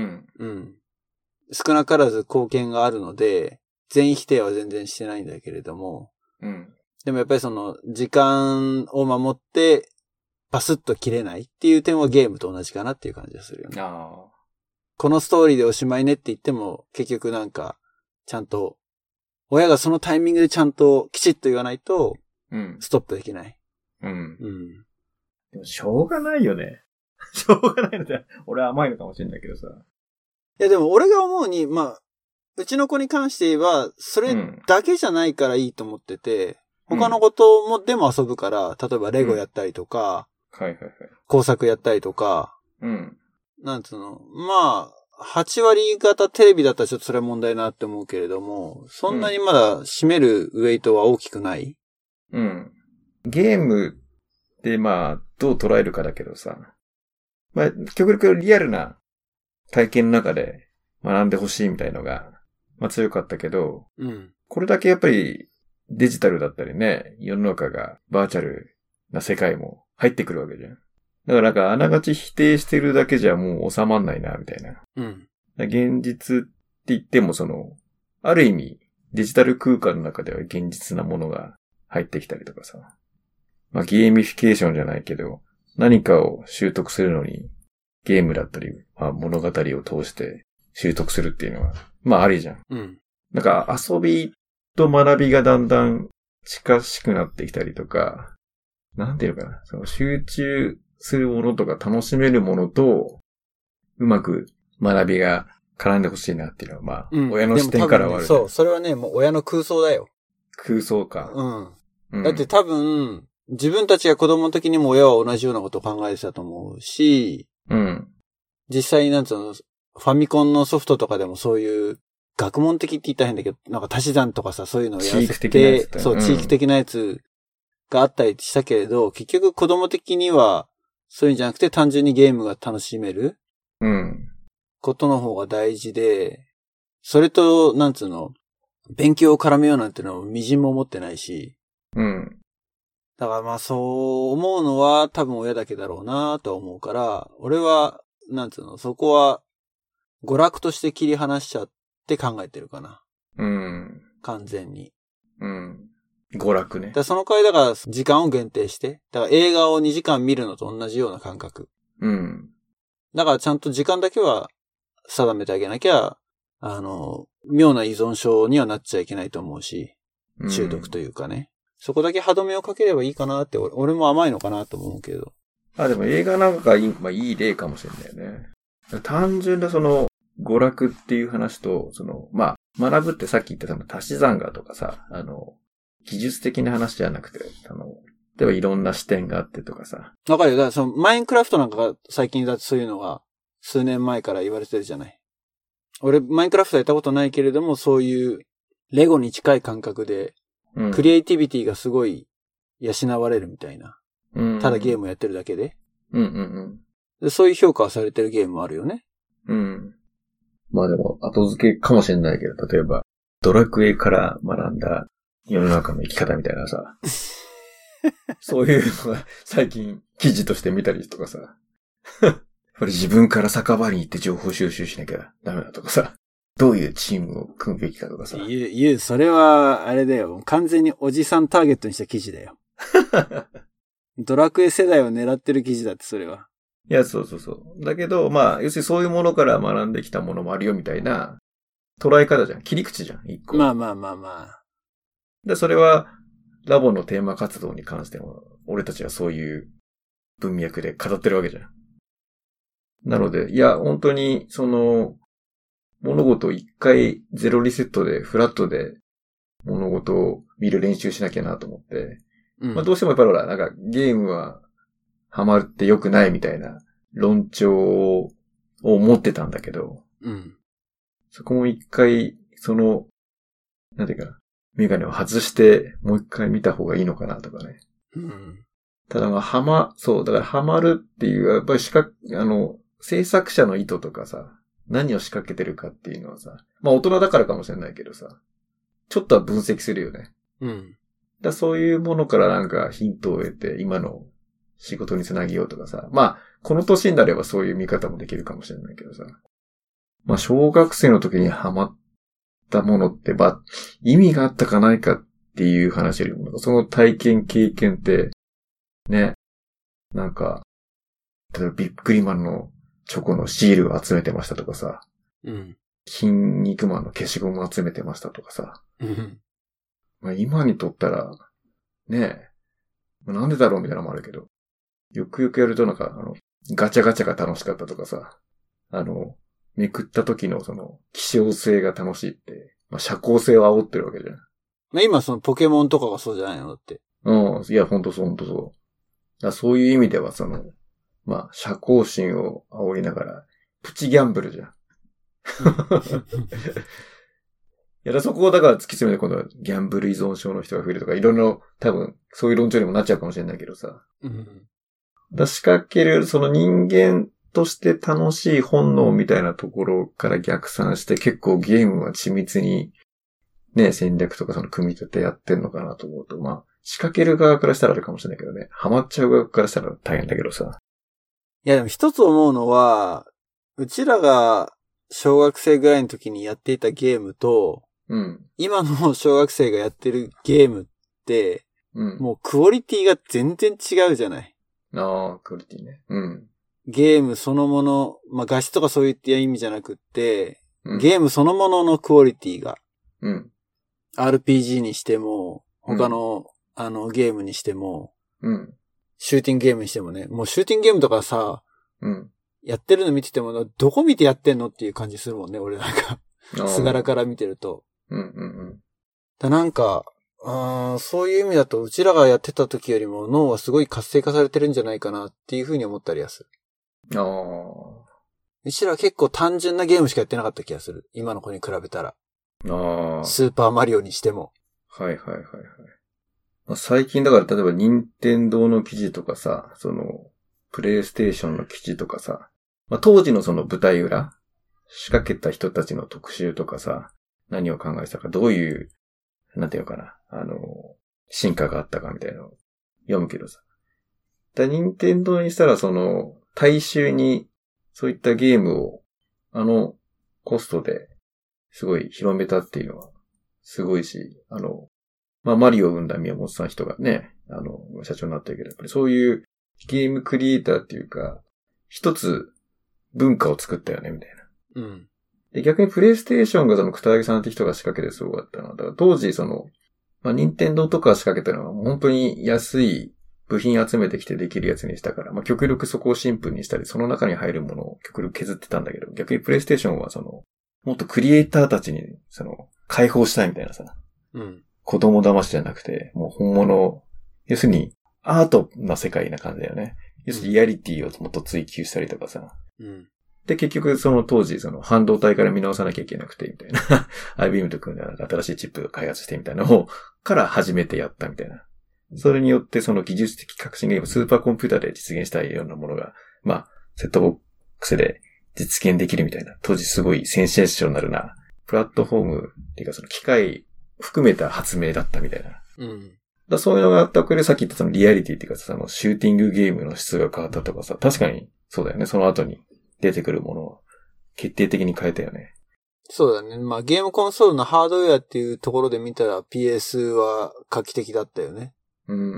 少なからず貢献があるので、全否定は全然してないんだけれども。でもやっぱりその、時間を守って、パスッと切れないっていう点はゲームと同じかなっていう感じがするよね。このストーリーでおしまいねって言っても、結局なんか、ちゃんと、親がそのタイミングでちゃんときちっと言わないと、ストップできない。 でもしょうがないよね。しょうがないので、俺は甘いのかもしれないけどさ。 いやでも俺が思うに、まあ、うちの子に関して言えば、それだけじゃないからいいと思ってて、他のこともでも遊ぶから、例えばレゴやったりとか、工作やったりとか、なんつうの、まあ、8割型テレビだったらちょっとそれは問題なって思うけれども、そんなにまだ占めるウェイトは大きくない？ ゲームってまあ、どう捉えるかだけどさ、まあ、極力リアルな体験の中で学んでほしいみたいのが、まあ強かったけど、これだけやっぱりデジタルだったりね、世の中がバーチャルな世界も入ってくるわけじゃん。だからなんかあながち否定してるだけじゃもう収まんないな、みたいな。現実って言ってもその、ある意味デジタル空間の中では現実なものが入ってきたりとかさ。まあゲーミフィケーションじゃないけど、何かを習得するのにゲームだったり、まあ物語を通して習得するっていうのは、まあありじゃん。なんか遊びと学びがだんだん近しくなってきたりとか、なんていうのかな、その集中するものとか楽しめるものと、うまく学びが絡んでほしいなっていうのは、まあ、親の視点からはある、ね。 そう、それはね、もう親の空想だよ。 空想か。 だって多分、自分たちが子供の時にも親は同じようなことを考えてたと思うし、実際なんつうの、ファミコンのソフトとかでもそういう、学問的って言ったら変だけど、なんか足し算とかさ、そういうのをやらせて、そう、地域的なやつがあったりしたけれど、結局子供的には、そういうんじゃなくて単純にゲームが楽しめることの方が大事で、それと、なんつうの、勉強を絡めようなんてのは微塵も思ってないし、だからまあそう思うのは多分親だけだろうなと思うから、俺は、なんつうの、そこは娯楽として切り離しちゃって考えてるかな。完全に。 娯楽ね。 その代わりだから時間を限定して、だから映画を2時間見るのと同じような感覚。だからちゃんと時間だけは定めてあげなきゃ、妙な依存症にはなっちゃいけないと思うし、中毒というかね。そこだけ歯止めをかければいいかなって、俺も甘いのかなと思うけど。 でも映画なんかまあいい例かもしれないよね。単純なその、娯楽っていう話と、その、まあ、学ぶってさっき言ったその足し算がとかさ、技術的な話じゃなくて、例えばいろんな視点があってとかさ。 わかるよ。だからその、マインクラフトなんかが最近だとそういうのが、数年前から言われてるじゃない。俺、マインクラフトやったことないけれども、そういうレゴに近い感覚で、クリエイティビティがすごい養われるみたいな。ただゲームやってるだけで。で。そういう評価をされてるゲームもあるよね。 まあでも、後付けかもしれないけど、例えば、ドラクエから学んだ世の中の生き方みたいなさ、そういうのが最近記事として見たりとかさ、やっぱり自分から酒場に行って情報収集しなきゃダメだとかさ、どういうチームを組むべきかとかさ。 それは、あれだよ。完全におじさんターゲットにした記事だよ。ドラクエ世代を狙ってる記事だって、それは。 いや、そう。だけど、まあ、要するにそういうものから学んできたものもあるよみたいな、捉え方じゃん。切り口じゃん、一個。 まあ。 で、それは、ラボのテーマ活動に関しても、俺たちはそういう文脈で語ってるわけじゃん。なので、いや、本当に、物事を一回ゼロリセットで、フラットで、物事を見る練習しなきゃなと思って、まあどうしてもやっぱりほら、なんかゲームはハマって良くないみたいな論調を持ってたんだけど、そこも一回、なんていうかな、メガネを外してもう一回見た方がいいのかなとかね。ただまあだからハマるっていう、やっぱり制作者の意図とかさ、何を仕掛けてるかっていうのはさ、まあ大人だからかもしれないけどさ、ちょっとは分析するよね。そういうものからなんかヒントを得て今の仕事につなげようとかさ、まあこの年になればそういう見方もできるかもしれないけどさ、まあ小学生の時にハマったものって、意味があったかないかっていう話よりも、その体験経験って、ね、なんか、例えばビックリマンのチョコのシールを集めてましたとかさ、筋肉マンの消しゴムを集めてましたとかさ、まあ今にとったら、ねえ、なんでだろうみたいなのもあるけど、よくよくやるとなんか、ガチャガチャが楽しかったとかさ、めくった時の希少性が楽しいって、まあ社交性を煽ってるわけじゃん。 まあ今ポケモンとかがそうじゃないのだって。 いや、ほんとそう。そういう意味ではまあ社交心を煽りながら、プチギャンブルじゃん。いや、そこをだから突き詰めて今度はギャンブル依存症の人が増えるとか、いろいろ多分そういう論調にもなっちゃうかもしれないけどさ。仕掛ける人間として楽しい本能みたいなところから逆算して結構ゲームは緻密にね、戦略とか組み立てやってんのかなと思うと、まあ仕掛ける側からしたらあるかもしれないけどね、ハマっちゃう側からしたら大変だけどさ。 いやでも一つ思うのは、うちらが小学生ぐらいの時にやっていたゲームと、今の小学生がやってるゲームって、もうクオリティが全然違うじゃない。 ああ、クオリティね。 ゲームそのもの、まあ画質とかそういった意味じゃなくって、ゲームそのもののクオリティが、RPG にしても、他の、ゲームにしても、シューティングゲームにしてもね、もうシューティングゲームとかさ、やってるの見てても、どこ見てやってんのっていう感じするもんね、俺なんか。すがらから見てると。なんか、そういう意味だと、うちらがやってた時よりも脳はすごい活性化されてるんじゃないかなっていうふうに思ったりはする。うちらは結構単純なゲームしかやってなかった気がする。今の子に比べたら。スーパーマリオにしても。 はい。最近だから例えば任天堂の記事とかさ、プレイステーションの記事とかさ、まあ、当時の舞台裏、仕掛けた人たちの特集とかさ、何を考えてたか、どういう、なんていうのかな、進化があったかみたいなのを読むけどさ。任天堂にしたら大衆にそういったゲームを、コストですごい広めたっていうのは、すごいし、まあ、マリオを生んだ宮本さん人がね、社長になってるけど、やっぱりそういうゲームクリエイターっていうか、一つ文化を作ったよね、みたいな。で、逆にプレイステーションが草薙さんって人が仕掛けてすごかったな。だから当時まあ、任天堂とか仕掛けたのは本当に安い部品集めてきてできるやつにしたから、まあ、極力そこをシンプルにしたり、その中に入るものを極力削ってたんだけど、逆にプレイステーションはもっとクリエイターたちに解放したいみたいなさ。子供騙しじゃなくて、もう本物、要するにアートな世界な感じだよね。要するにリアリティをもっと追求したりとかさ。 で、結局その当時、その半導体から見直さなきゃいけなくて、みたいな。IBM と組んで新しいチップを開発してみたいなのを、から初めてやったみたいな。それによってその技術的革新が今スーパーコンピューターで実現したいようなものが、まあ、セットボックスで実現できるみたいな。当時すごいセンセーショナルな、プラットフォームっていうかその機械含めた発明だったみたいな。うん。だそういうのがあったおかげでさっき言ったそのリアリティっていうかそのシューティングゲームの質が変わったとかさ、確かにそうだよね。その後に出てくるものを決定的に変えたよね。 そうだね。まあゲームコンソールのハードウェアっていうところで見たら PS は画期的だったよね。うん。うん。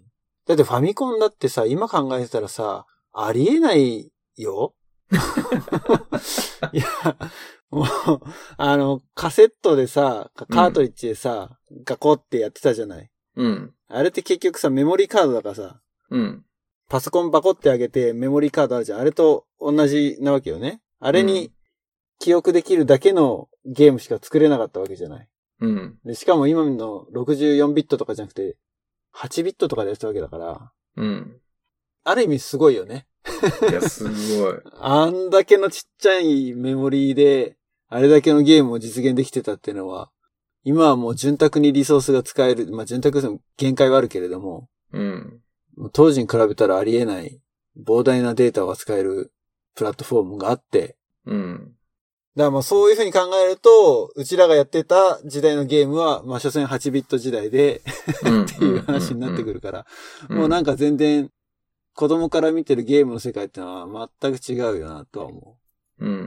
だってファミコンだってさ、今考えてたらさ、ありえないよ。いや、もう、カセットでさ、カートリッジでさ、ガコってやってたじゃない。うん。あれって結局さ、メモリーカードだからさ、うん。パソコンバコってあげてメモリーカードあるじゃん。あれと同じなわけよね。あれに記憶できるだけのゲームしか作れなかったわけじゃない。うん。で、しかも今の64ビットとかじゃなくて、8ビットとかでやってたわけだから、うん。ある意味すごいよね。 いや、すごい。 あんだけのちっちゃいメモリーで、あれだけのゲームを実現できてたっていうのは、今はもう潤沢にリソースが使える。まあ、潤沢の限界はあるけれども、うん。当時に比べたらありえない膨大なデータを扱えるプラットフォームがあって、うん。だからまあそういうふうに考えると、うちらがやってた時代のゲームは、まあ所詮8ビット時代でっていう話になってくるから、もうなんか全然子供から見てるゲームの世界ってのは全く違うよなとは思う。うん。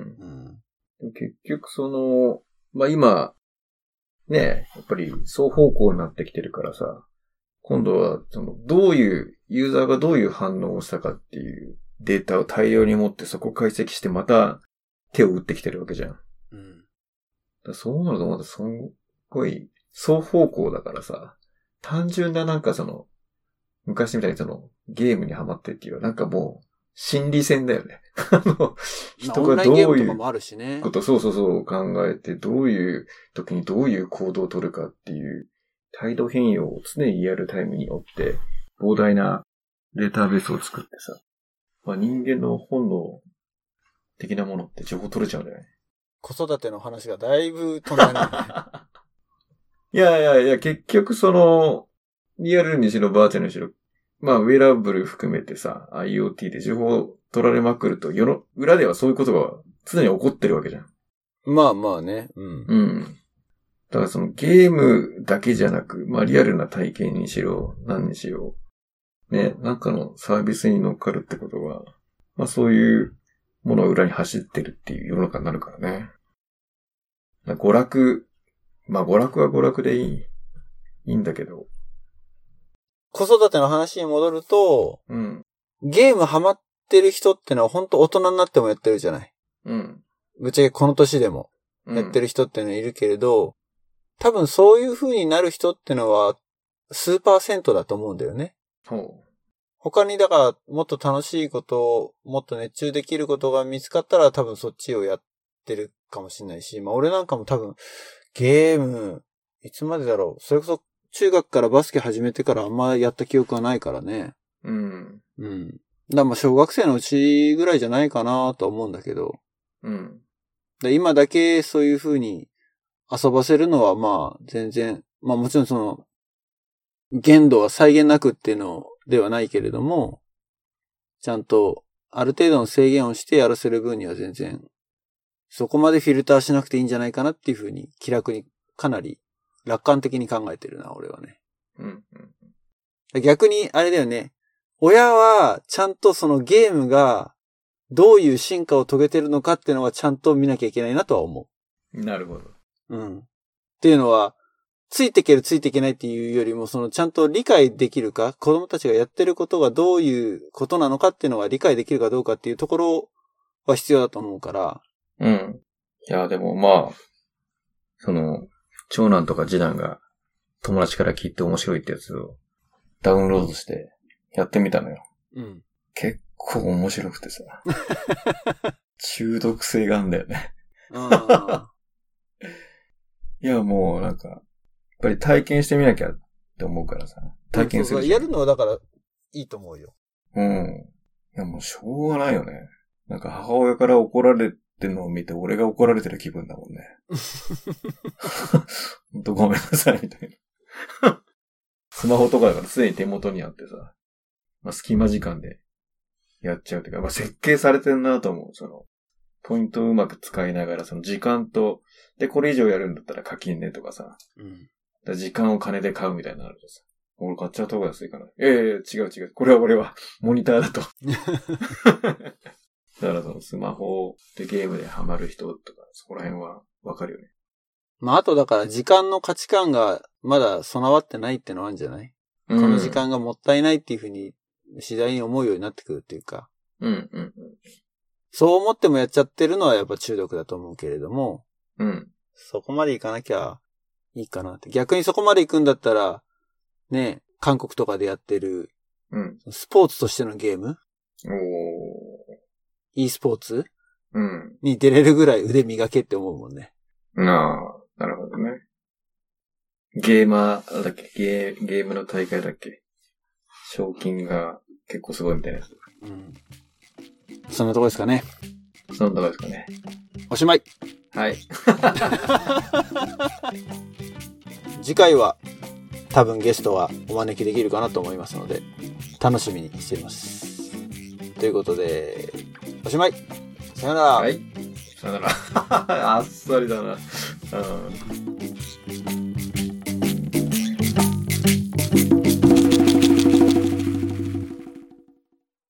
うん、結局その、まあ今、ね、やっぱり双方向になってきてるからさ、今度はそのどういうユーザーがどういう反応をしたかっていうデータを大量に持ってそこを解析してまた手を打ってきてるわけじゃん。うん。だそうなるとまたすごい双方向だからさ、単純ななんかその昔みたいにそのゲームにハマってっていうなんかもう心理戦だよね。 人がどういうこと、そう考えてどういう時にどういう行動を取るかっていう態度変容を常にリアルタイムによって膨大なデータベースを作ってさ、まあ、人間の本能的なものって情報取れちゃうんだよね。 子育ての話がだいぶ飛んだね。 いや、結局その、リアルにしろバーチャルにしろ、まあ、ウェアラブル含めてさ、IoT で情報を取られまくると、世の裏ではそういうことが常に起こってるわけじゃん。 まあまあね。うん。 うん。だからそのゲームだけじゃなく、まあリアルな体験にしろ、何にしろ、ね、なんかのサービスに乗っかるってことは、まあそういうものが裏に走ってるっていう世の中になるからね。娯楽、まあ娯楽は娯楽でいいんだけど。 子育ての話に戻ると、うん、ゲームハマってる人ってのは本当大人になってもやってるじゃない。うん。ぶっちゃけこの年でもやってる人ってのはいるけれど、多分そういう風になる人ってのは数%だと思うんだよね。他にだからもっと楽しいことをもっと熱中できることが見つかったら多分そっちをやってるかもしれないし、まあ俺なんかも多分ゲームいつまでだろう。それこそ中学からバスケ始めてからあんまやった記憶はないからね。うん。うん。だからまあ小学生のうちぐらいじゃないかなと思うんだけど。うん。で今だけそういう風に遊ばせるのはまあ全然、まあもちろんその限度は際限なくっていうのではないけれども、ちゃんとある程度の制限をしてやらせる分には全然そこまでフィルターしなくていいんじゃないかなっていう風に気楽にかなり楽観的に考えてるな、俺はね。うんうん、逆にあれだよね。親はちゃんとそのゲームがどういう進化を遂げてるのかっていうのはちゃんと見なきゃいけないなとは思う。なるほど。 うん。っていうのは、ついていけるついていけないっていうよりも、そのちゃんと理解できるか、子供たちがやってることがどういうことなのかっていうのが理解できるかどうかっていうところは必要だと思うから。 うん。いや、でもまあ、その、長男とか次男が友達から聞いて面白いってやつをダウンロードしてやってみたのよ。うん。結構面白くてさ。中毒性があるんだよね。いや、もうなんか、やっぱり体験してみなきゃって思うからさ。体験する。 やるのはだからいいと思うよ。 うん。いや、もうしょうがないよね。 なんか母親から怒られてるのを見て俺が怒られてる気分だもんね。ほんとごめんなさいみたいな。スマホとかだから常に手元にあってさ、まあ、隙間時間でやっちゃうっていうか、まあ、設計されてんなと思う。その、ポイントをうまく使いながら、その時間と、で、これ以上やるんだったら課金ねとかさ、うん、だ時間を金で買うみたいになるとさ、俺買っちゃった方が安いかな。違う。これは俺はモニターだと。だからそのスマホでゲームでハマる人とか、そこら辺はわかるよね。 まあ、あとだから時間の価値観がまだ備わってないってのはあるんじゃない、この時間がもったいないっていうふうに次第に思うようになってくるっていうか。そう思ってもやっちゃってるのはやっぱ中毒だと思うけれども。そこまでいかなきゃいいかなって。逆にそこまで行くんだったら、ね、韓国とかでやってる、スポーツとしてのゲーム？e スポーツに出れるぐらい腕磨けって思うもんね。 ああ、なるほどね。ゲーマーだっけ？ゲームの大会だっけ？賞金が結構すごいみたいなやつ。 そんなとこですかね。 そんなとこですかね。 おしまい。 はい。 次回は多分ゲストはお招きできるかなと思いますので、楽しみにしています。ということで、おしまい。さよなら。 はい。さよなら。あっさりだな。